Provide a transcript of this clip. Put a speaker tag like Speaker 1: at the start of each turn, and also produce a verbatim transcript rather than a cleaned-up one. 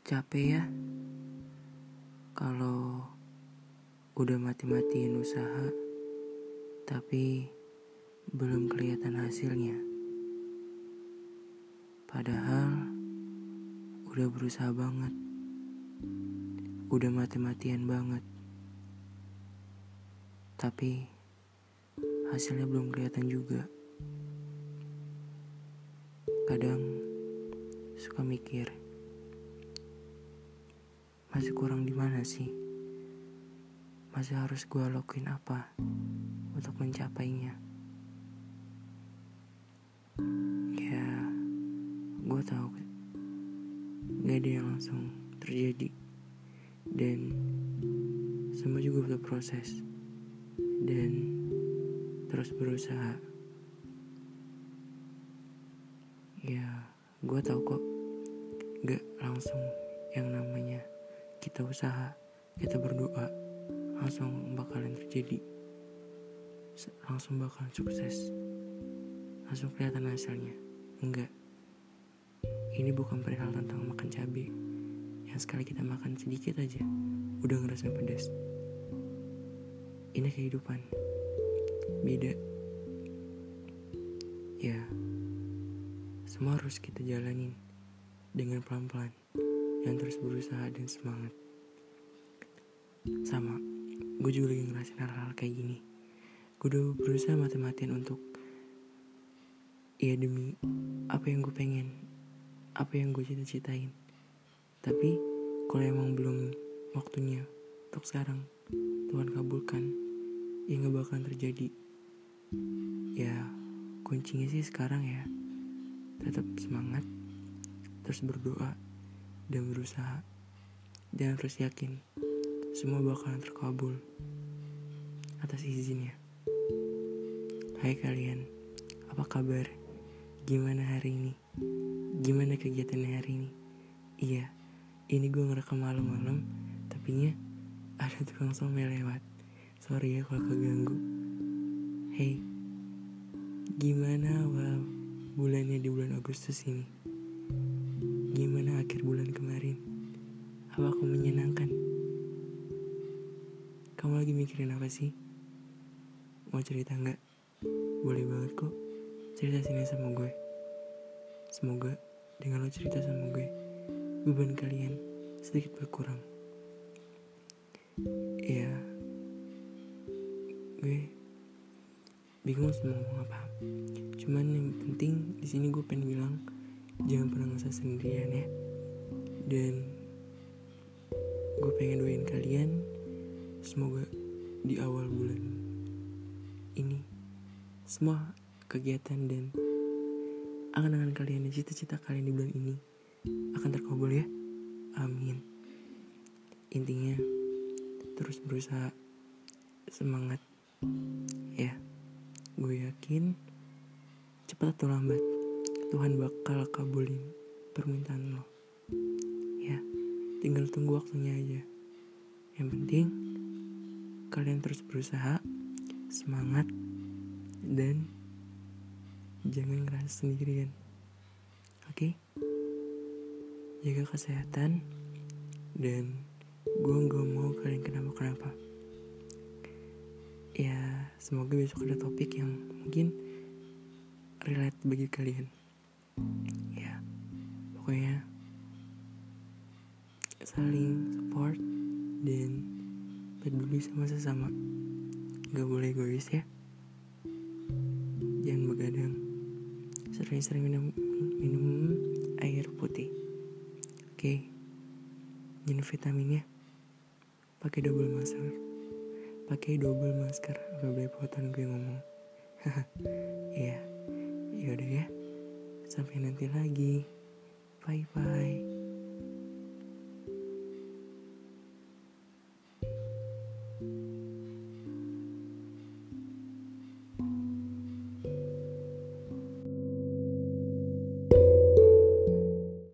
Speaker 1: Capek ya kalau udah mati-matiin usaha tapi belum kelihatan hasilnya. Padahal udah berusaha banget, udah mati-matian banget, tapi hasilnya belum kelihatan juga. Kadang suka mikir, masih kurang di mana sih? Masih harus gue lakuin apa untuk mencapainya? Ya, gue tahu gak ada yang langsung terjadi, dan semua juga butuh proses dan terus berusaha. Ya, gue tahu kok gak langsung yang namanya kita usaha, kita berdoa langsung bakalan terjadi, langsung bakalan sukses, langsung kelihatan hasilnya. Enggak, ini bukan perihal tentang makan cabai yang sekali kita makan sedikit aja udah ngerasa pedas. Ini kehidupan beda. Ya, semua harus kita jalanin dengan pelan-pelan dan terus berusaha dan semangat. Sama, gue juga lagi ngerasain hal-hal kayak gini. Gue udah berusaha mati-matian untuk ya demi apa yang gue pengen, apa yang gue cita-citain. Tapi kalau emang belum waktunya untuk sekarang, Tuhan kabulkan, ya gak bakalan terjadi. Ya kuncinya sih sekarang ya tetap semangat, terus berdoa dan berusaha, dan terus yakin semua bakalan terkabul atas izinnya. Hai kalian, apa kabar? Gimana hari ini? Gimana kegiatannya hari ini? Iya, ini gue ngerekam malam-malam, tapinya ada tukang somai lewat. Sorry ya kalau keganggu. Hey, gimana awal bulannya di bulan Agustus ini? Gimana akhir bulan kemarin? Apa aku menyenangkan? Kamu lagi mikirin apa sih? Mau cerita gak? Boleh banget kok, cerita sini sama gue. Semoga dengan lo cerita sama gue, beban kalian sedikit berkurang. Ya, gue bingung mau ngomong apa. Cuman yang penting di sini gue pengen bilang, jangan pernah ngerasa sendirian ya. Dan gue pengen doain kalian, semoga di awal bulan ini semua kegiatan dan angan-angan kalian dan cita-cita kalian di bulan ini akan terkabul ya. Amin. Intinya terus berusaha, semangat ya. Gue yakin cepat atau lambat Tuhan bakal kabulin permintaan lo. Ya, tinggal tunggu waktunya aja. Yang penting kalian terus berusaha, semangat, dan jangan ngerasa sendirian. Oke? Jaga kesehatan, dan gue gak mau kalian kenapa-kenapa. Ya, semoga besok ada topik yang mungkin relate bagi kalian. Ya, pokoknya saling support dan peduli sama sesama. Gak boleh egois ya. Jangan begadang. Sering-sering minum minum air putih. Oke. Minum vitaminnya. Pakai double masker. Pakai double masker. Apa belepotan gue ngomong. Iya. Yaudah ya. Sampai nanti lagi. Bye bye.